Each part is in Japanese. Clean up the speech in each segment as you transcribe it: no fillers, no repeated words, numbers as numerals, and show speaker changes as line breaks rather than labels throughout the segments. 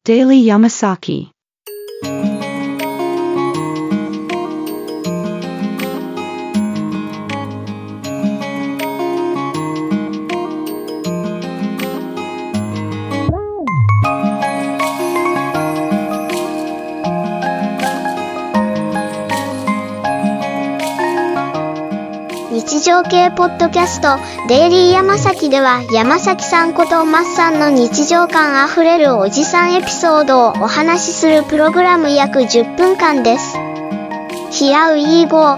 Daily Yamasaki.
日常系ポッドキャストデイリーヤマサキでは山崎さんことマッさんの日常感あふれるおじさんエピソードをお話しするプログラム約10分間です。Here we go。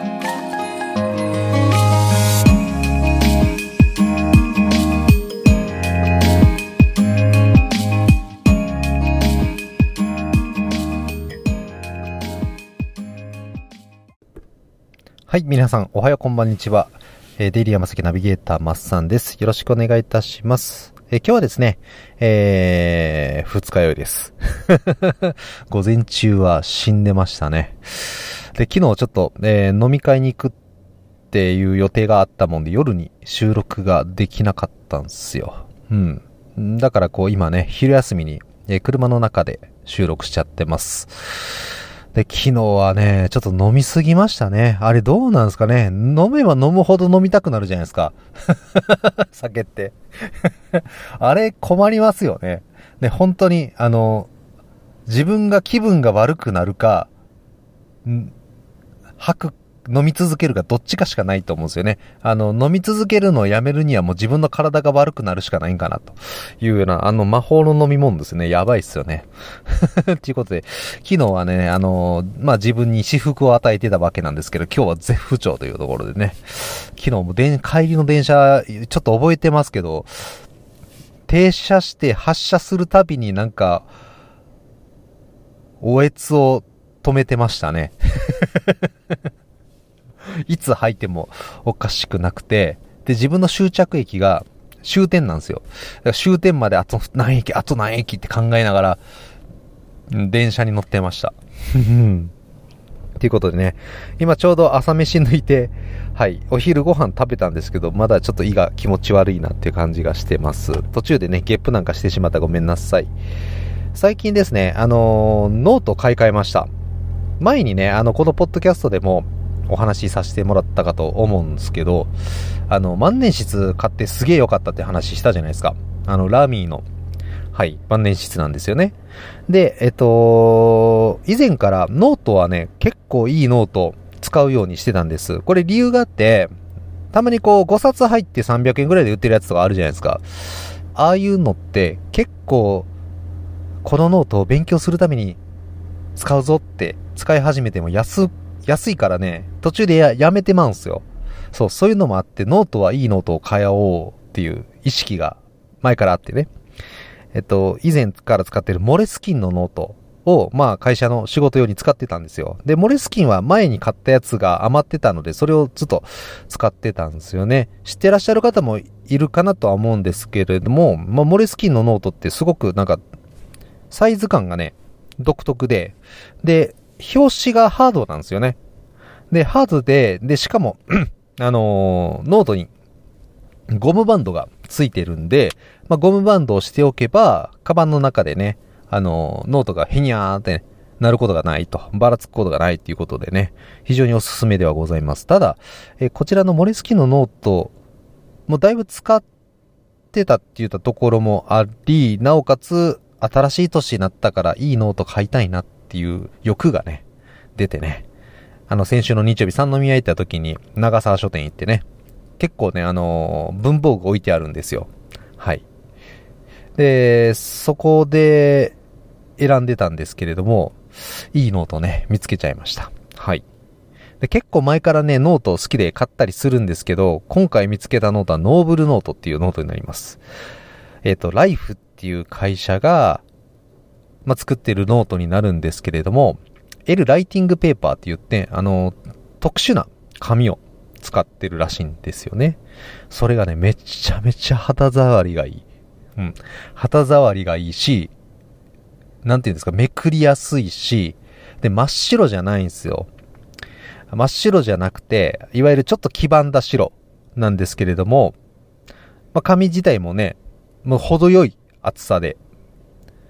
はい、皆さんおはようこんばんにちは。デイリーヤマサキナビゲーターマッサンです。よろしくお願いいたします。今日はですね、二日酔いです。午前中は死んでましたね。で、昨日ちょっと、飲み会に行くっていう予定があったもんで夜に収録ができなかったんですよ。だから今ね、昼休みに、車の中で収録しちゃってます。で、昨日はね、ちょっと飲みすぎましたね。あれどうなんですかね。飲めば飲むほど飲みたくなるじゃないですか。酒って。あれ困りますよね。で、本当に、自分が気分が悪くなるか、飲み続けるかどっちかしかないと思うんですよね。飲み続けるのをやめるにはもう自分の体が悪くなるしかないんかなというような、魔法の飲み物ですね。やばいっすよね。ということで、昨日はね、自分に私服を与えてたわけなんですけど、今日は絶不調というところでね、昨日も帰りの電車、ちょっと覚えてますけど、停車して発車するたびになんか、おえつを止めてましたね。いつ吐いてもおかしくなくて、で、自分の終着駅が終点なんですよ。だから終点まであと何駅って考えながら、電車に乗ってました。ということでね、今ちょうど朝飯抜いて、はい、お昼ご飯食べたんですけど、まだちょっと胃が気持ち悪いなっていう感じがしてます。途中でね、ゲップなんかしてしまったらごめんなさい。最近ですね、ノート買い替えました。前にね、このポッドキャストでも、お話しさせてもらったかと思うんですけど、万年筆買ってすげえ良かったって話したじゃないですか。ラーミーの、はい、万年筆なんですよね。で、以前からノートはね、結構いいノート使うようにしてたんです。これ理由があって、たまに5冊入って300円ぐらいで売ってるやつとかあるじゃないですか。ああいうのって結構、このノートを勉強するために使うぞって使い始めても安いからね、途中でやめてまうんすよ。そういうのもあって、ノートはいいノートを買おうっていう意識が前からあってね。以前から使ってるモレスキンのノートを、会社の仕事用に使ってたんですよ。で、モレスキンは前に買ったやつが余ってたので、それをずっと使ってたんですよね。知ってらっしゃる方もいるかなとは思うんですけれども、モレスキンのノートってすごくサイズ感がね、独特で、表紙がハードなんですよね。で、ハードで、しかも、ノートにゴムバンドがついてるんで、ゴムバンドをしておけば、カバンの中でね、ノートがヘニャーって、なることがないと、ばらつくことがないっていうことでね、非常におすすめではございます。ただ、こちらのモレスキンのノート、もうだいぶ使ってたって言ったところもあり、なおかつ、新しい年になったからいいノート買いたいなっていう欲がね、出てね、先週の日曜日三宮行った時に長沢書店行ってね、結構ね、文房具置いてあるんですよ。はい。で、そこで選んでたんですけれども、いいノートね、見つけちゃいました。はい。で、結構前からね、ノート好きで買ったりするんですけど、今回見つけたノートはノーブルノートっていうノートになります。ライフっていう会社が、作ってるノートになるんですけれども、L ライティングペーパーって言って、特殊な紙を使ってるらしいんですよね。それがね、めちゃめちゃ肌触りがいい。肌触りがいいし、なんていうんですか、めくりやすいし、で、真っ白じゃないんですよ。真っ白じゃなくて、いわゆるちょっと黄ばんだ白なんですけれども、紙自体もね、もう程よい厚さで、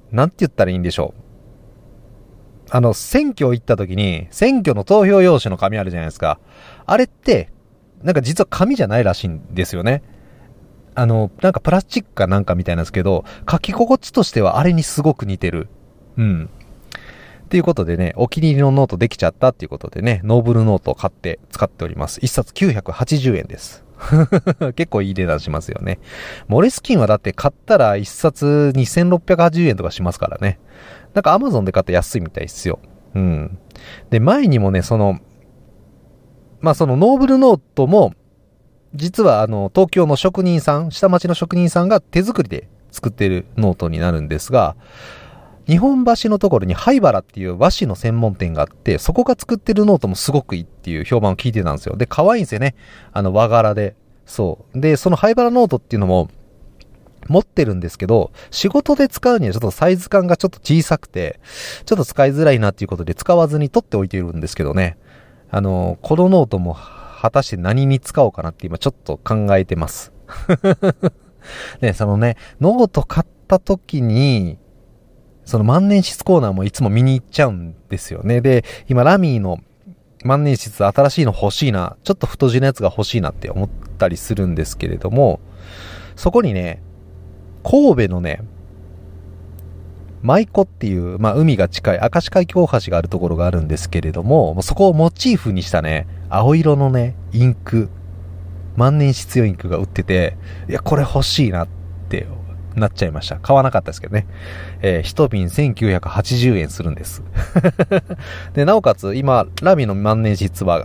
なんて言ったらいいんでしょう。選挙行った時に、選挙の投票用紙の紙あるじゃないですか。あれって、なんか実は紙じゃないらしいんですよね。なんかプラスチックかなんかみたいなんですけど、書き心地としてはあれにすごく似てる。うん。っていうことでね、お気に入りのノートできちゃったっていうことでね、ノーブルノートを買って使っております。一冊980円です。結構いい値段しますよね。モレスキンはだって買ったら一冊2680円とかしますからね。なんか Amazon で買って安いみたいですよ。うん。で、前にもね、そのノーブルノートも、実は東京の職人さん、下町の職人さんが手作りで作ってるノートになるんですが、日本橋のところに灰原っていう和紙の専門店があって、そこが作ってるノートもすごくいいっていう評判を聞いてたんですよ。で、可愛いんですよね。和柄で。そう。で、その灰原ノートっていうのも持ってるんですけど、仕事で使うにはちょっとサイズ感がちょっと小さくて、ちょっと使いづらいなっていうことで使わずに取っておいているんですけどね。このノートも果たして何に使おうかなって今ちょっと考えてます。で、そのね、ノート買った時に、その万年筆コーナーもいつも見に行っちゃうんですよね。で、今ラミーの万年筆新しいの欲しいな、ちょっと太字のやつが欲しいなって思ったりするんですけれども、そこにね、神戸のね、舞子っていう、海が近い明石海峡大橋があるところがあるんですけれども、そこをモチーフにしたね、青色のね、インク、万年筆用インクが売ってて、いや、これ欲しいなってなっちゃいました。買わなかったですけどね。一瓶1980円するんです。で、なおかつ、今、ラミの万年筆は、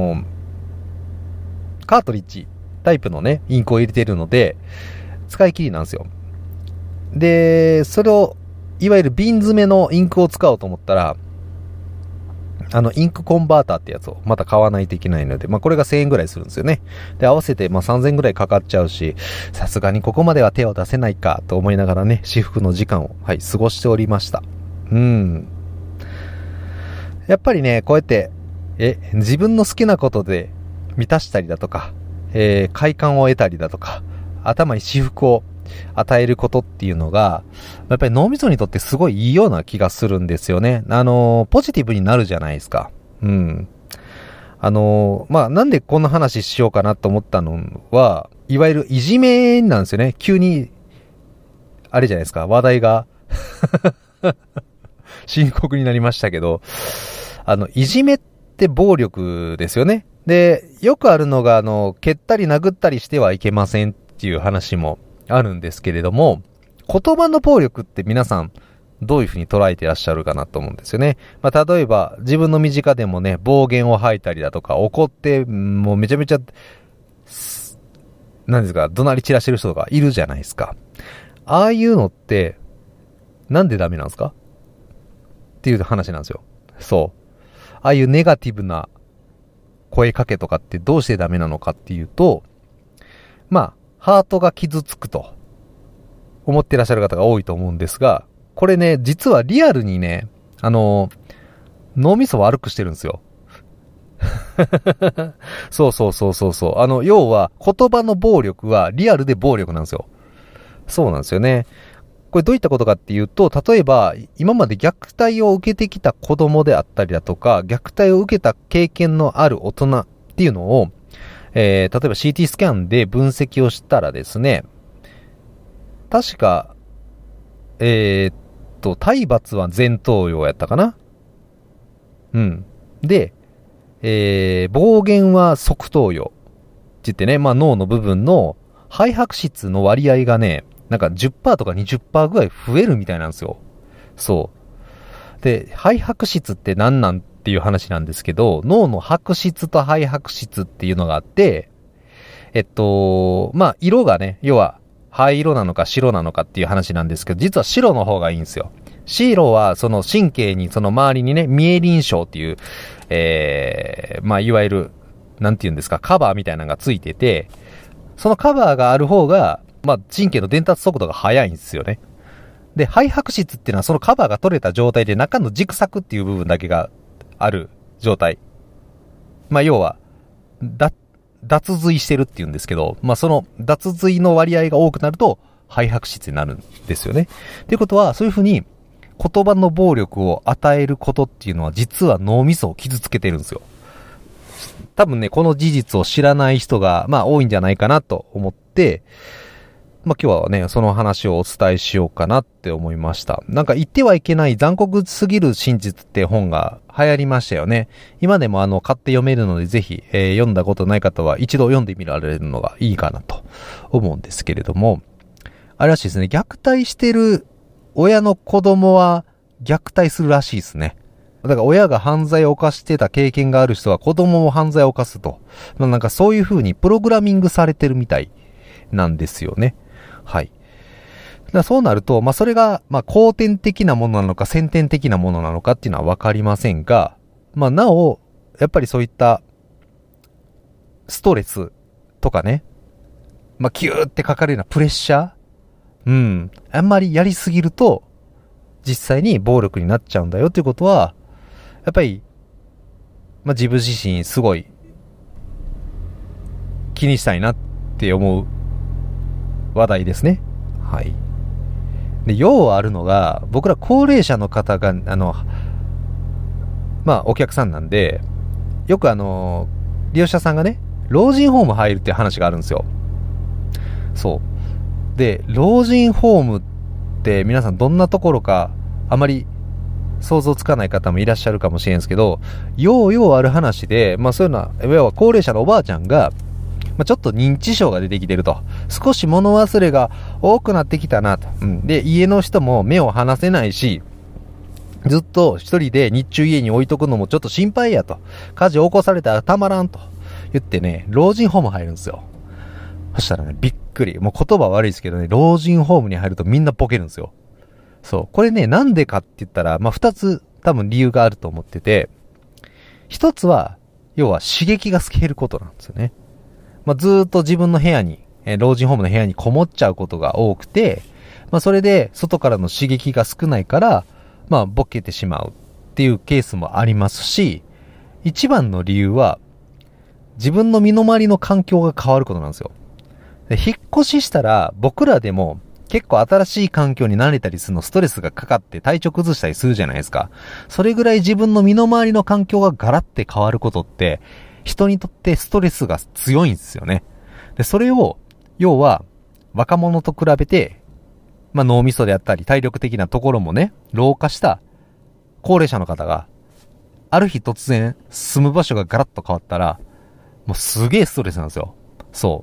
カートリッジタイプのね、インクを入れているので、使い切りなんですよ。で、それを、いわゆる瓶詰めのインクを使おうと思ったら、インクコンバーターってやつをまた買わないといけないので、これが1000円ぐらいするんですよね。で、合わせて3000円ぐらいかかっちゃうし、さすがにここまでは手を出せないかと思いながらね、至福の時間を、過ごしておりました。やっぱりね、こうやって、自分の好きなことで満たしたりだとか、快感を得たりだとか、頭に至福を与えることっていうのが、やっぱり脳みそにとってすごいいいような気がするんですよね。ポジティブになるじゃないですか。なんでこんな話しようかなと思ったのは、いわゆるいじめなんですよね。急に、あれじゃないですか、話題が、深刻になりましたけど、いじめって暴力ですよね。で、よくあるのが、蹴ったり殴ったりしてはいけませんっていう話もあるんですけれども、言葉の暴力って皆さんどういうふうに捉えていらっしゃるかなと思うんですよね。例えば自分の身近でもね、暴言を吐いたりだとか、怒ってもうめちゃめちゃ何ですか、怒鳴り散らしてる人とかいるじゃないですか。ああいうのってなんでダメなんですかっていう話なんですよ。そう。ああいうネガティブな声かけとかってどうしてダメなのかっていうと、ハートが傷つくと思ってらっしゃる方が多いと思うんですが、これね、実はリアルにね、脳みそを悪くしてるんですよ。そう。要は、言葉の暴力はリアルで暴力なんですよ。そうなんですよね。これどういったことかっていうと、例えば、今まで虐待を受けてきた子供であったりだとか、虐待を受けた経験のある大人っていうのを、例えば CT スキャンで分析をしたらですね、確か、体罰は前頭葉やったかな？で、暴言は側頭葉って言ってね、脳の部分の肺白質の割合がね、なんか 10% とか 20% ぐらい増えるみたいなんですよ。そう。で、肺白質って何なんっていう話なんですけど、脳の白質と肺白質っていうのがあって、色がね、要は灰色なのか白なのかっていう話なんですけど、実は白の方がいいんですよ。白はその神経にその周りにね、ミエリン症っていう、いわゆる、なんていうんですか、カバーみたいなのがついてて、そのカバーがある方が、神経の伝達速度が速いんですよね。で、肺白質っていうのはそのカバーが取れた状態で中の軸索っていう部分だけがある状態。要は、脱髄してるっていうんですけど、その脱髄の割合が多くなると、 肺白質になるんですよね。ということは、そういうふうに言葉の暴力を与えることっていうのは実は脳みそを傷つけてるんですよ。多分ね、この事実を知らない人が、多いんじゃないかなと思って、今日はね、その話をお伝えしようかなって思いました。なんか言ってはいけない残酷すぎる真実って本が流行りましたよね。今でも買って読めるのでぜひ、読んだことない方は一度読んでみられるのがいいかなと思うんですけれども、あれらしいですね。虐待してる親の子供は虐待するらしいですね。だから親が犯罪を犯してた経験がある人は子供も犯罪を犯すと。なんかそういう風にプログラミングされてるみたいなんですよね。はい。だからそうなると、それが、後天的なものなのか先天的なものなのかっていうのはわかりませんが、なお、やっぱりそういったストレスとかね、キューってかかるようなプレッシャー、あんまりやりすぎると、実際に暴力になっちゃうんだよっていうことは、やっぱり、自分自身すごい気にしたいなって思う話題ですね。はい。で、要あるのが、僕ら高齢者の方が、お客さんなんで、よく利用者さんがね、老人ホーム入るっていう話があるんですよ。そう。で、老人ホームって皆さんどんなところか、あまり想像つかない方もいらっしゃるかもしれんですけど、ようある話で、そういうのは、要は高齢者のおばあちゃんが、ちょっと認知症が出てきてると。少し物忘れが多くなってきたなと。で、家の人も目を離せないし、ずっと一人で日中家に置いとくのもちょっと心配やと。火事起こされたらたまらんと言ってね、老人ホーム入るんですよ。そしたらね、びっくり。もう言葉悪いですけどね、老人ホームに入るとみんなボケるんですよ。そう。これね、なんでかって言ったら、二つ多分理由があると思ってて、一つは、要は刺激が減ることなんですよね。ずーっと自分の部屋に、老人ホームの部屋にこもっちゃうことが多くて、それで外からの刺激が少ないから、ボケてしまうっていうケースもありますし、一番の理由は、自分の身の回りの環境が変わることなんですよ。で、引っ越ししたら、僕らでも結構新しい環境に慣れたりするのストレスがかかって体調崩したりするじゃないですか。それぐらい自分の身の回りの環境がガラッて変わることって、人にとってストレスが強いんですよね。で、それを、要は、若者と比べて、脳みそであったり、体力的なところもね、老化した高齢者の方が、ある日突然、住む場所がガラッと変わったら、もうすげえストレスなんですよ。そう。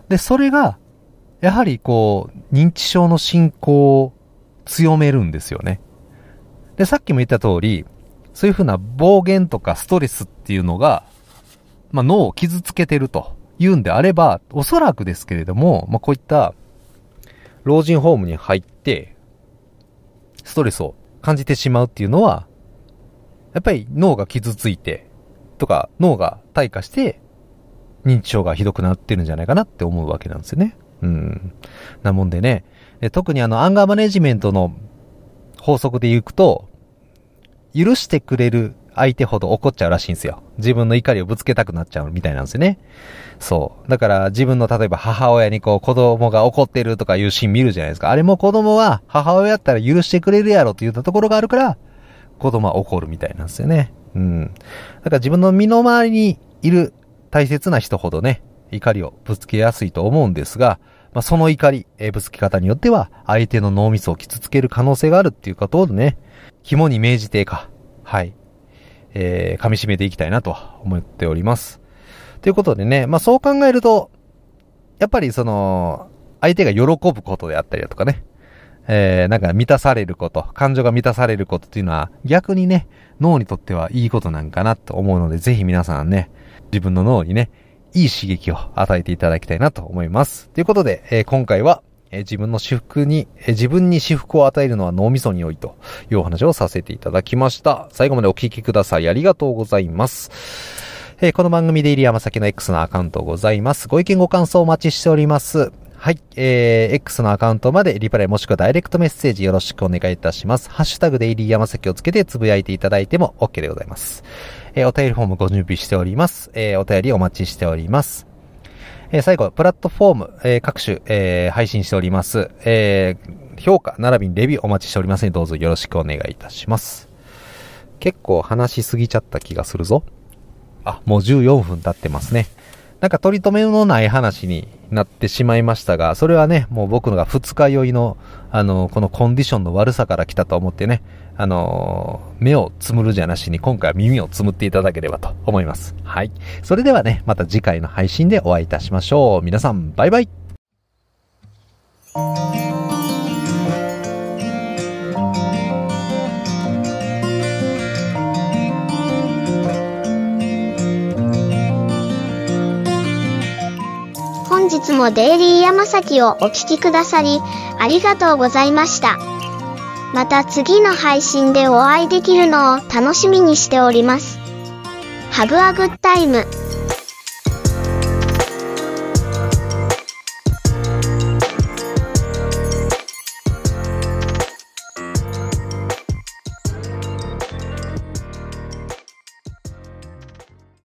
で、それが、やはり認知症の進行を強めるんですよね。で、さっきも言った通り、そういうふうな暴言とかストレスっていうのが、脳を傷つけてるというんであれば、おそらくですけれども、こういった老人ホームに入ってストレスを感じてしまうっていうのは、やっぱり脳が傷ついてとか脳が退化して認知症がひどくなってるんじゃないかなって思うわけなんですよね。なもんでね、特にアンガーマネジメントの法則で言うと、許してくれる相手ほど怒っちゃうらしいんですよ。自分の怒りをぶつけたくなっちゃうみたいなんですよね。そう。だから自分の例えば母親に子供が怒ってるとかいうシーン見るじゃないですか。あれも子供は母親やったら許してくれるやろと言ったところがあるから、子供は怒るみたいなんですよね。だから自分の身の回りにいる大切な人ほどね、怒りをぶつけやすいと思うんですが、その怒り、ぶつけ方によっては相手の脳みそを傷つける可能性があるっていうことでね、肝に銘じてはい。噛み締めていきたいなと思っております。ということでね、そう考えると、やっぱり相手が喜ぶことであったりだとかね、なんか満たされること、感情が満たされることっていうのは逆にね、脳にとってはいいことなんかなと思うので、ぜひ皆さんね、自分の脳にね、いい刺激を与えていただきたいなと思います。ということで、今回は、自分に私服を与えるのは脳みそに良いというお話をさせていただきました。最後までお聞きください。ありがとうございます。この番組で入山崎の X のアカウントございます。ご意見ご感想お待ちしております。はい。X のアカウントまでリプライもしくはダイレクトメッセージよろしくお願いいたします。ハッシュタグで入山崎をつけてつぶやいていただいても OK でございます。お便りフォームご準備しております。お便りお待ちしております。 最後、プラットフォーム、各種、配信しております。評価、並びにレビューお待ちしておりますので、どうぞよろしくお願いいたします。結構話しすぎちゃった気がするぞ。もう14分経ってますね。なんか取り留めのない話になってしまいましたが、それはね、もう僕のが二日酔いの、このコンディションの悪さから来たと思ってね、目をつむるじゃなしに、今回は耳をつむっていただければと思います。はい。それではね、また次回の配信でお会いいたしましょう。皆さん、バイバイ。
本日もデイリーヤマサキをお聞きくださり、ありがとうございました。また次の配信でお会いできるのを楽しみにしております。Have a good time.